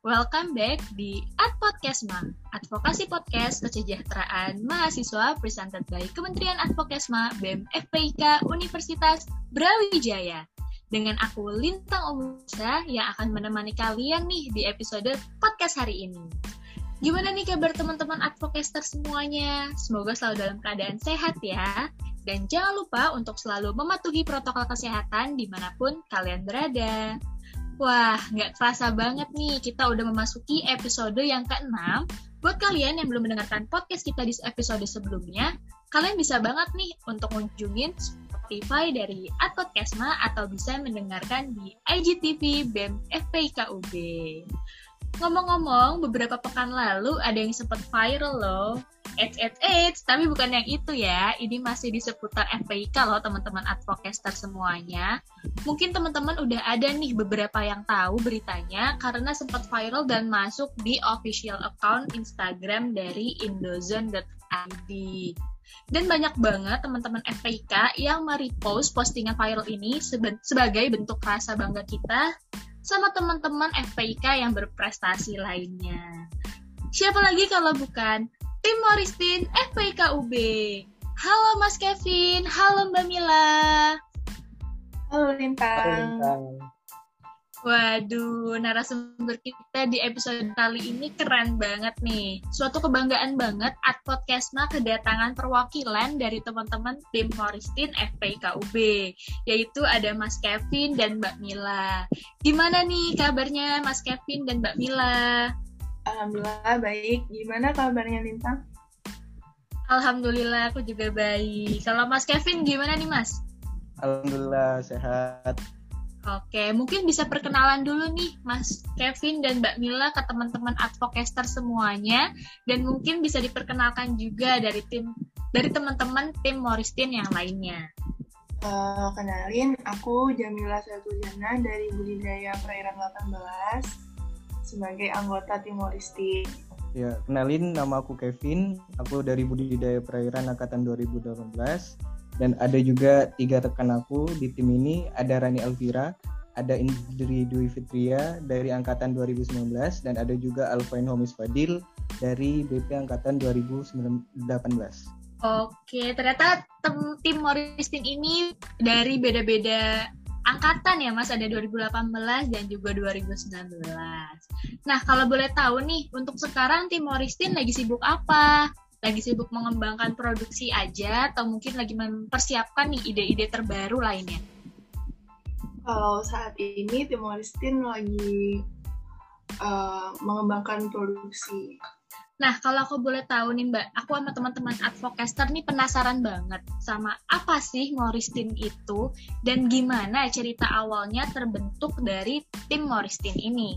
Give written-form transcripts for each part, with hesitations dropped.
Welcome back di Advokesma, Advokasi Podcast Kesejahteraan Mahasiswa presented by Kementerian Advokesma BEM FPIK Universitas Brawijaya. Dengan aku Lintang Omusa yang akan menemani kalian nih di episode podcast hari ini. Gimana nih kabar teman-teman advocaster semuanya? Semoga selalu dalam keadaan sehat ya. Dan jangan lupa untuk selalu mematuhi protokol kesehatan dimanapun kalian berada. Wah, nggak kerasa banget nih, kita udah memasuki episode yang ke-6. Buat kalian yang belum mendengarkan podcast kita di episode sebelumnya, kalian bisa banget nih untuk kunjungin Spotify dari Advokesma atau bisa mendengarkan di IGTV BEM FPIK UB. Ngomong-ngomong, beberapa pekan lalu ada yang sempat viral loh. Tapi bukan yang itu ya. Ini masih di seputar FPIK loh teman-teman advocaster semuanya. Mungkin teman-teman udah ada nih beberapa yang tahu beritanya karena sempat viral dan masuk di official account Instagram dari indozone.id. Dan banyak banget teman-teman FPIK yang merepost postingan viral ini sebagai bentuk rasa bangga kita sama teman-teman FPIK yang berprestasi lainnya. Siapa lagi kalau bukan Tim Moristin FPIK UB. Halo Mas Kevin, halo Mbak Mila. Halo Lintang. Waduh, narasumber kita di episode kali ini keren banget nih. Suatu kebanggaan banget Advokesma kedatangan perwakilan dari teman-teman Tim Moristin FPIK UB, yaitu ada Mas Kevin dan Mbak Mila. Gimana nih kabarnya Mas Kevin dan Mbak Mila? Alhamdulillah baik. Gimana kabarnya Lintang? Alhamdulillah aku juga baik. Kalau Mas Kevin gimana nih Mas? Alhamdulillah sehat. Oke, mungkin bisa perkenalan dulu nih Mas Kevin dan Mbak Mila ke teman-teman advocaster semuanya, dan mungkin bisa diperkenalkan juga dari teman-teman tim Moristin yang lainnya. Kenalin, aku Jamila Satujana dari Budidaya Perairan 18 sebagai anggota tim Moristin. Ya, kenalin, nama aku Kevin. Aku dari Budidaya Perairan Angkatan 2018. Dan ada juga 3 rekan aku di tim ini. Ada Rani Elvira, ada Indri Dwi Fitria dari Angkatan 2019, dan ada juga Alfain Homis Fadil dari BP Angkatan 2018. Oke, ternyata tim Moristin ini dari beda-beda angkatan ya Mas, ada 2018 dan juga 2019. Nah, kalau boleh tahu nih, untuk sekarang tim Moristin lagi sibuk apa? Lagi sibuk mengembangkan produksi aja atau mungkin lagi mempersiapkan nih ide-ide terbaru lainnya? Kalau saat ini tim Moristin lagi mengembangkan produksi. Nah, kalau aku boleh tahu nih Mbak, aku sama teman-teman advocaster nih penasaran banget sama apa sih Moristin itu dan gimana cerita awalnya terbentuk dari tim Moristin ini.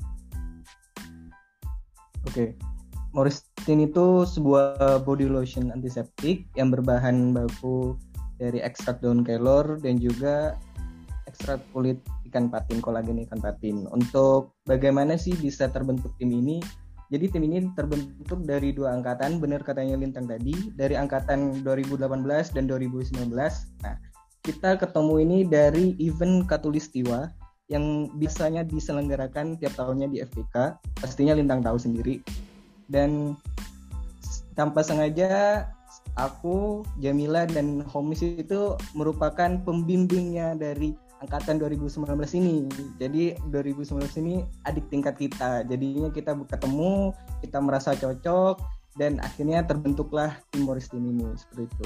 Oke, Moristin itu sebuah body lotion antiseptik yang berbahan baku dari ekstrak daun kelor dan juga ekstrak kulit ikan patin, kolagen ikan patin. Untuk bagaimana sih bisa terbentuk tim ini? Jadi tim ini terbentuk dari 2 angkatan, benar katanya Lintang tadi, dari angkatan 2018 dan 2019. Nah, kita ketemu ini dari event Katulistiwa yang biasanya diselenggarakan tiap tahunnya di FPIK. Pastinya Lintang tahu sendiri. Dan tanpa sengaja aku, Jamila, dan Homis itu merupakan pembimbingnya dari angkatan 2019 ini. Jadi 2019 ini adik tingkat kita. Jadinya kita ketemu, kita merasa cocok, dan akhirnya terbentuklah tim Moristin ini, seperti itu.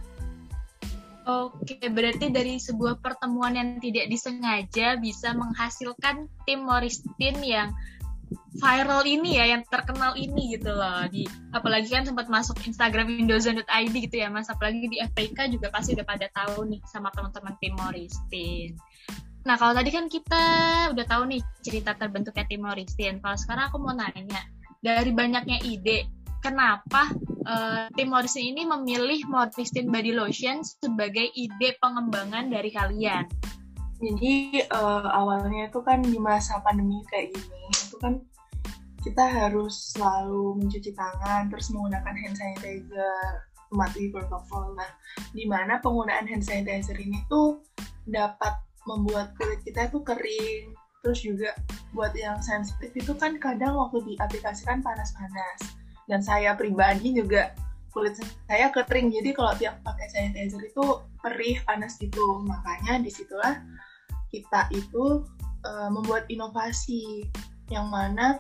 Oke, berarti dari sebuah pertemuan yang tidak disengaja bisa menghasilkan tim Moristin yang viral ini ya, yang terkenal ini gitu loh. Apalagi kan sempat masuk Instagram indozone.id gitu ya Mas, apalagi di FPIK juga pasti udah pada tahu nih sama teman-teman tim Moristin. Nah, kalau tadi kan kita udah tahu nih cerita terbentuknya tim Moristin. Kalau sekarang aku mau nanya, dari banyaknya ide, kenapa tim Moristin ini memilih Moristin Body Lotion sebagai ide pengembangan dari kalian? Jadi awalnya itu kan di masa pandemi kayak gini, itu kan kita harus selalu mencuci tangan, terus menggunakan hand sanitizer, mematuhi protokol. Nah, di mana penggunaan hand sanitizer ini tuh dapat membuat kulit kita tuh kering, Terus juga buat yang sensitif itu kan kadang waktu diaplikasikan panas-panas. Dan saya pribadi juga kulit saya kering, jadi kalau tiap pakai sanitizer itu perih, panas gitu. Makanya disitulah kita itu membuat inovasi yang mana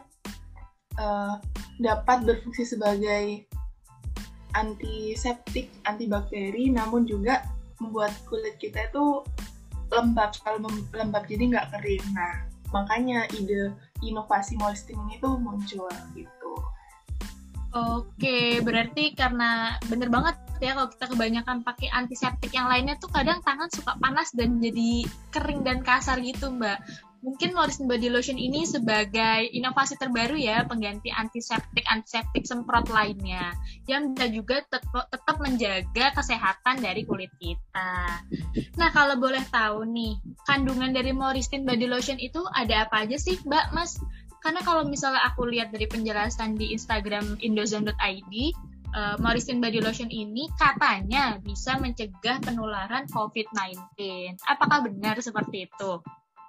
dapat berfungsi sebagai antiseptik, antibakteri, namun juga membuat kulit kita itu lembab, lembab jadi nggak kering. Nah, makanya ide inovasi Molestin ini tuh muncul gitu. Oke, berarti karena bener banget ya kalau kita kebanyakan pakai antiseptik yang lainnya tuh kadang tangan suka panas dan jadi kering dan kasar gitu, Mbak. Mungkin Molestin Body Lotion ini sebagai inovasi terbaru ya, pengganti antiseptik semprot lainnya yang bisa juga tetap menjaga kesehatan dari kulit kita. Nah, kalau boleh tahu nih, kandungan dari Molestin Body Lotion itu ada apa aja sih, Mbak, Mas? Karena kalau misalnya aku lihat dari penjelasan di Instagram indozone.id, Molestin Body Lotion ini katanya bisa mencegah penularan COVID-19. Apakah benar seperti itu?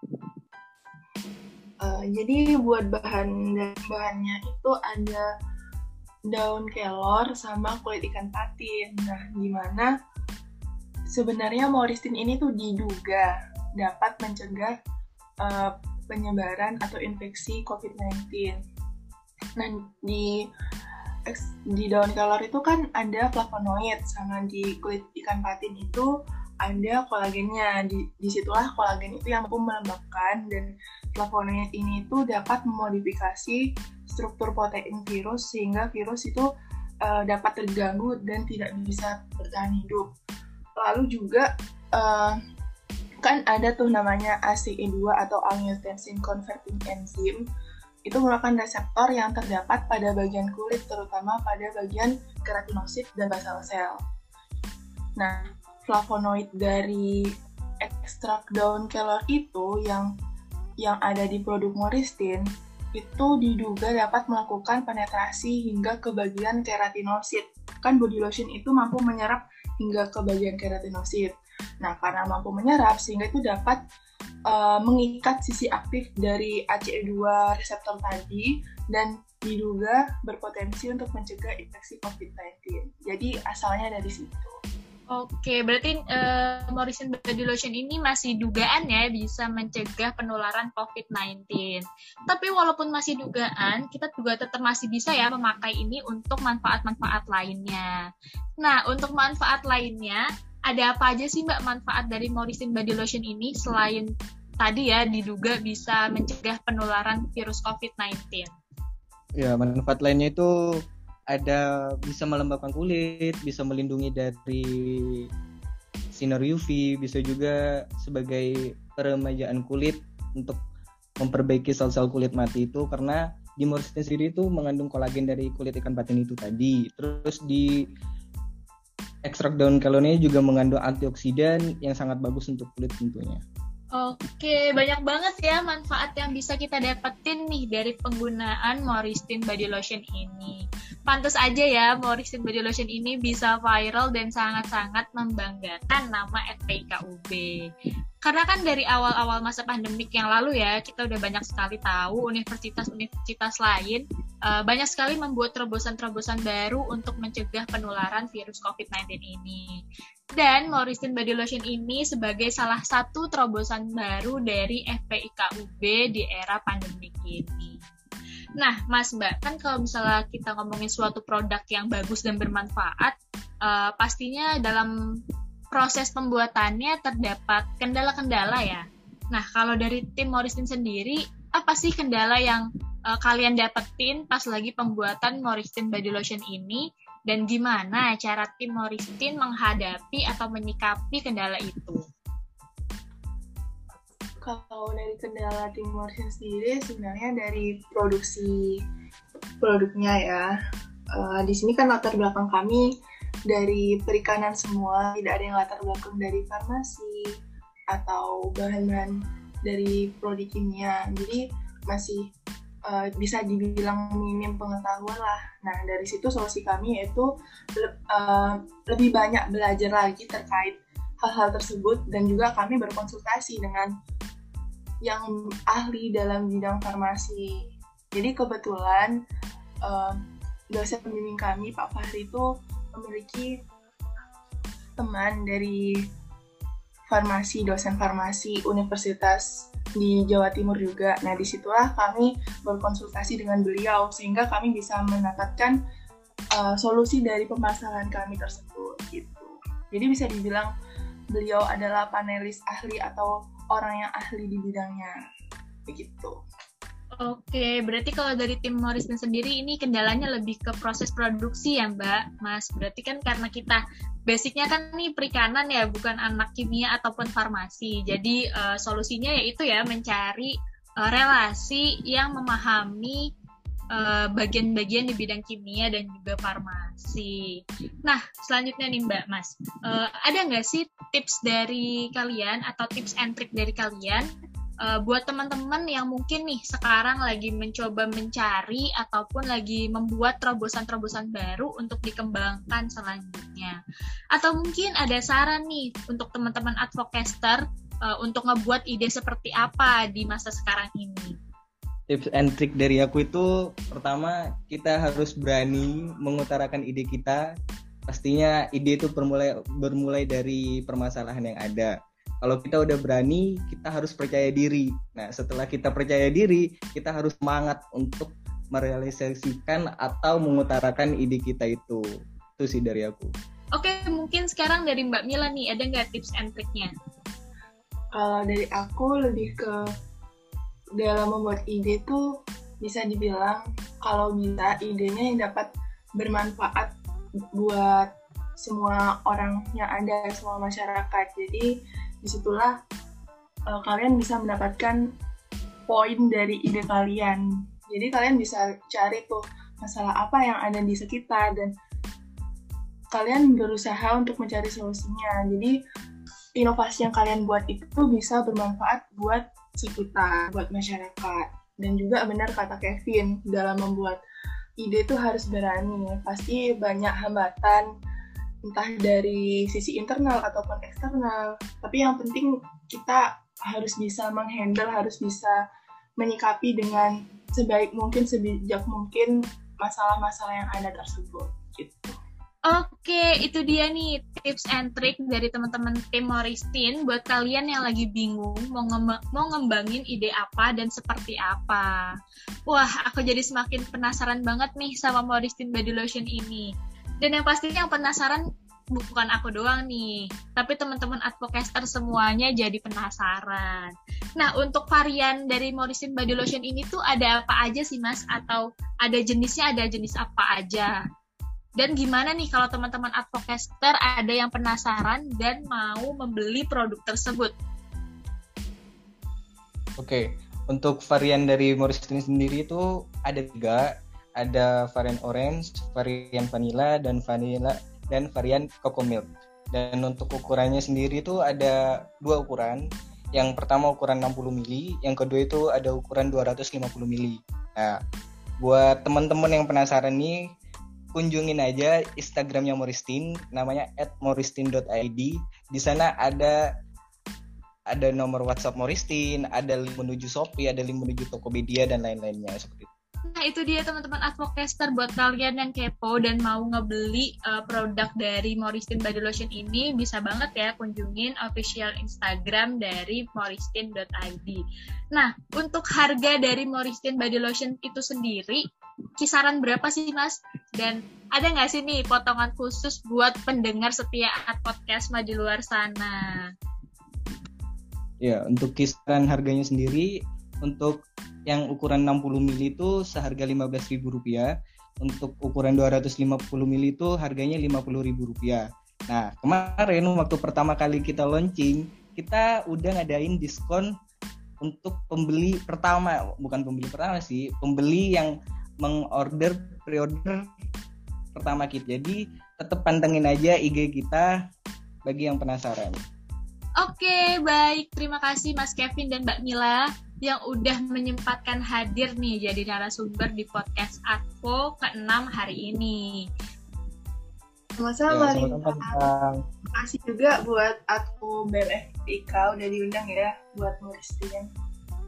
Jadi buat bahannya itu ada daun kelor sama kulit ikan patin. Nah, gimana sebenarnya Molestin ini tuh diduga dapat mencegah penyebaran atau infeksi COVID-19. Nah, di daun kelor itu kan ada flavonoid, sama di kulit ikan patin itu ada kolagennya. Disitulah kolagen itu yang mampu melembabkan, dan flavonoid ini itu dapat memodifikasi struktur protein virus sehingga virus itu dapat terganggu dan tidak bisa bertahan hidup. Lalu juga kan ada tuh namanya ACE2 atau angiotensin converting enzyme. Itu merupakan reseptor yang terdapat pada bagian kulit, terutama pada bagian keratinosit dan basal cell. Nah, flavonoid dari ekstrak daun kelor itu yang ada di produk Molestin itu diduga dapat melakukan penetrasi hingga ke bagian keratinosit. Kan body lotion itu mampu menyerap hingga ke bagian keratinosit. Nah, karena mampu menyerap sehingga itu dapat mengikat sisi aktif dari ACE2 reseptor tadi dan diduga berpotensi untuk mencegah infeksi COVID-19. Jadi asalnya dari situ. Oke, berarti Molestin Body Lotion ini masih dugaan ya bisa mencegah penularan COVID-19. Tapi walaupun masih dugaan, kita juga tetap masih bisa ya memakai ini untuk manfaat-manfaat lainnya. Nah, untuk manfaat lainnya, ada apa aja sih Mbak manfaat dari Molestin Body Lotion ini selain tadi ya diduga bisa mencegah penularan virus COVID-19? Ya, manfaat lainnya itu ada bisa melembabkan kulit, bisa melindungi dari sinar UV, bisa juga sebagai peremajaan kulit untuk memperbaiki sel-sel kulit mati itu, karena di Molestin sendiri itu mengandung kolagen dari kulit ikan patin itu tadi. Terus di ekstrak daun kelornya juga mengandung antioksidan yang sangat bagus untuk kulit tentunya. Oke, banyak banget ya manfaat yang bisa kita dapetin nih dari penggunaan Molestin Body Lotion ini. Pantas aja ya Molestin Body Lotion ini bisa viral dan sangat-sangat membanggakan nama FPIK-UB. Karena kan dari awal-awal masa pandemik yang lalu ya, kita udah banyak sekali tahu universitas-universitas lain banyak sekali membuat terobosan-terobosan baru untuk mencegah penularan virus COVID-19 ini. Dan Molestin Body Lotion ini sebagai salah satu terobosan baru dari FPIK-UB di era pandemik ini. Nah, Mas Mbak, kan kalau misalnya kita ngomongin suatu produk yang bagus dan bermanfaat, pastinya dalam proses pembuatannya terdapat kendala-kendala ya. Nah, kalau dari tim Molestin sendiri, apa sih kendala yang kalian dapetin pas lagi pembuatan Molestin Body Lotion ini? Dan gimana cara tim Molestin menghadapi atau menyikapi kendala itu? Kalau dari kendala tim Molestin sendiri, sebenarnya dari produksi produknya ya. Di sini kan latar belakang kami dari perikanan semua, tidak ada yang latar belakang dari farmasi atau bahan-bahan dari prodi kimia. Jadi masih bisa dibilang minim pengetahuan lah. Nah, dari situ solusi kami yaitu lebih banyak belajar lagi terkait hal-hal tersebut, dan juga kami berkonsultasi dengan yang ahli dalam bidang farmasi. Jadi kebetulan dosen pembimbing kami, Pak Fahri, itu memiliki teman dari farmasi, dosen farmasi universitas di Jawa Timur juga. Nah, disitulah kami berkonsultasi dengan beliau sehingga kami bisa mendapatkan solusi dari permasalahan kami tersebut gitu. Jadi bisa dibilang beliau adalah panelis ahli atau orang yang ahli di bidangnya begitu. Oke, berarti kalau dari tim Moristin sendiri ini kendalanya lebih ke proses produksi ya Mbak, Mas. Berarti kan karena kita basicnya kan nih perikanan ya, bukan anak kimia ataupun farmasi. Jadi solusinya yaitu ya mencari relasi yang memahami bagian-bagian di bidang kimia dan juga farmasi. Nah, selanjutnya nih Mbak, Mas. Ada nggak sih tips dari kalian atau tips and trick dari kalian buat teman-teman yang mungkin nih sekarang lagi mencoba mencari ataupun lagi membuat terobosan-terobosan baru untuk dikembangkan selanjutnya. Atau mungkin ada saran nih untuk teman-teman advocaster untuk ngebuat ide seperti apa di masa sekarang ini. Tips and trick dari aku itu, pertama kita harus berani mengutarakan ide kita. Pastinya ide itu bermulai dari permasalahan yang ada. Kalau kita udah berani, kita harus percaya diri. Nah, setelah kita percaya diri, kita harus semangat untuk merealisasikan atau mengutarakan ide kita itu. Itu sih dari aku. Oke, mungkin sekarang dari Mbak Mila nih, ada nggak tips and trick-nya? Kalau dari aku lebih ke dalam membuat ide tuh bisa dibilang kalau bisa idenya yang dapat bermanfaat buat semua orang yang ada, semua masyarakat. Jadi disitulah kalian bisa mendapatkan poin dari ide kalian. Jadi kalian bisa cari tuh masalah apa yang ada di sekitar dan kalian berusaha untuk mencari solusinya. Jadi inovasi yang kalian buat itu bisa bermanfaat buat sekitar, buat masyarakat. Dan juga benar kata Kevin, dalam membuat ide itu harus berani. Pasti banyak hambatan, entah dari sisi internal ataupun eksternal. Tapi yang penting kita harus bisa menghandle, harus bisa menyikapi dengan sebaik mungkin, sebijak mungkin masalah-masalah yang ada tersebut. Gitu. Oke, itu dia nih tips and trick dari teman-teman tim Moristin buat kalian yang lagi bingung mau ngembangin ide apa dan seperti apa. Wah, aku jadi semakin penasaran banget nih sama Moristin Body Lotion ini. Dan yang pastinya yang penasaran bukan aku doang nih, tapi teman-teman advocaster semuanya jadi penasaran. Nah, untuk varian dari Moristin Body Lotion ini tuh ada apa aja sih Mas? Atau ada jenisnya, ada jenis apa aja? Dan gimana nih kalau teman-teman advocaster ada yang penasaran dan mau membeli produk tersebut? Oke, untuk varian dari Moristin sendiri itu ada 3. Ada varian orange, varian vanilla, dan varian cocoa milk. Dan untuk ukurannya sendiri itu ada 2 ukuran. Yang pertama ukuran 60 ml, yang kedua itu ada ukuran 250 ml. Nah, buat teman-teman yang penasaran nih, kunjungin aja Instagramnya Moristin, namanya @moristin.id. Di sana ada nomor WhatsApp Moristin, ada link menuju Shopee, ada link menuju Tokopedia dan lain-lainnya seperti itu. Nah, itu dia teman-teman advocaster buat kalian yang kepo dan mau ngebeli produk dari Moristin Body Lotion ini, bisa banget ya kunjungin official Instagram dari moristin.id. Nah, untuk harga dari Moristin Body Lotion itu sendiri, kisaran berapa sih Mas? Dan ada nggak sih nih potongan khusus buat pendengar setia podcast di luar sana? Ya, untuk kisaran harganya sendiri, untuk yang ukuran 60 ml itu seharga Rp15.000. Untuk ukuran 250 ml itu harganya Rp50.000. Nah, kemarin waktu pertama kali kita launching, kita udah ngadain diskon untuk pembeli pertama, bukan pembeli pertama sih, pembeli yang mengorder pre-order pertama kita. Jadi tetap pantengin aja IG kita bagi yang penasaran. Oke, baik. Terima kasih Mas Kevin dan Mbak Mila yang udah menyempatkan hadir nih jadi narasumber di podcast Advo ke-6 hari ini. Sama-sama. Terima kasih juga buat Advo BMFPK udah diundang ya buat Moristin.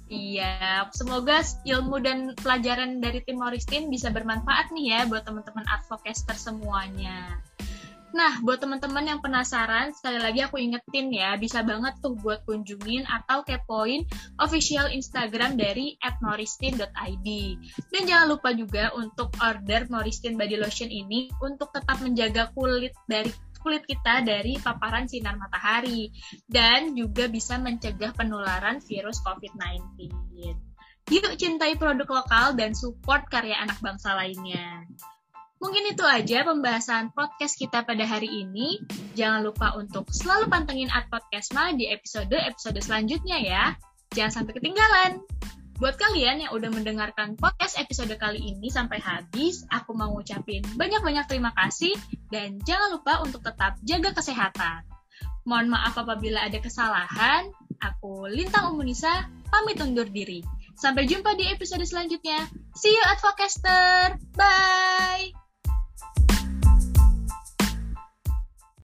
Iya, semoga ilmu dan pelajaran dari tim Moristin bisa bermanfaat nih ya buat teman-teman advocaster semuanya. Nah, buat teman-teman yang penasaran, sekali lagi aku ingetin ya, bisa banget tuh buat kunjungin atau kepoin official Instagram dari @moristin.id. Dan jangan lupa juga untuk order Moristin Body Lotion ini untuk tetap menjaga kulit kita dari paparan sinar matahari dan juga bisa mencegah penularan virus COVID-19. Yuk cintai produk lokal dan support karya anak bangsa lainnya. Mungkin itu aja pembahasan podcast kita pada hari ini. Jangan lupa untuk selalu pantengin @podcastma di episode-episode selanjutnya ya. Jangan sampai ketinggalan. Buat kalian yang udah mendengarkan podcast episode kali ini sampai habis, aku mau ngucapin banyak-banyak terima kasih dan jangan lupa untuk tetap jaga kesehatan. Mohon maaf apabila ada kesalahan. Aku Lintang Umunisa, pamit undur diri. Sampai jumpa di episode selanjutnya. See you Advocaster. Bye!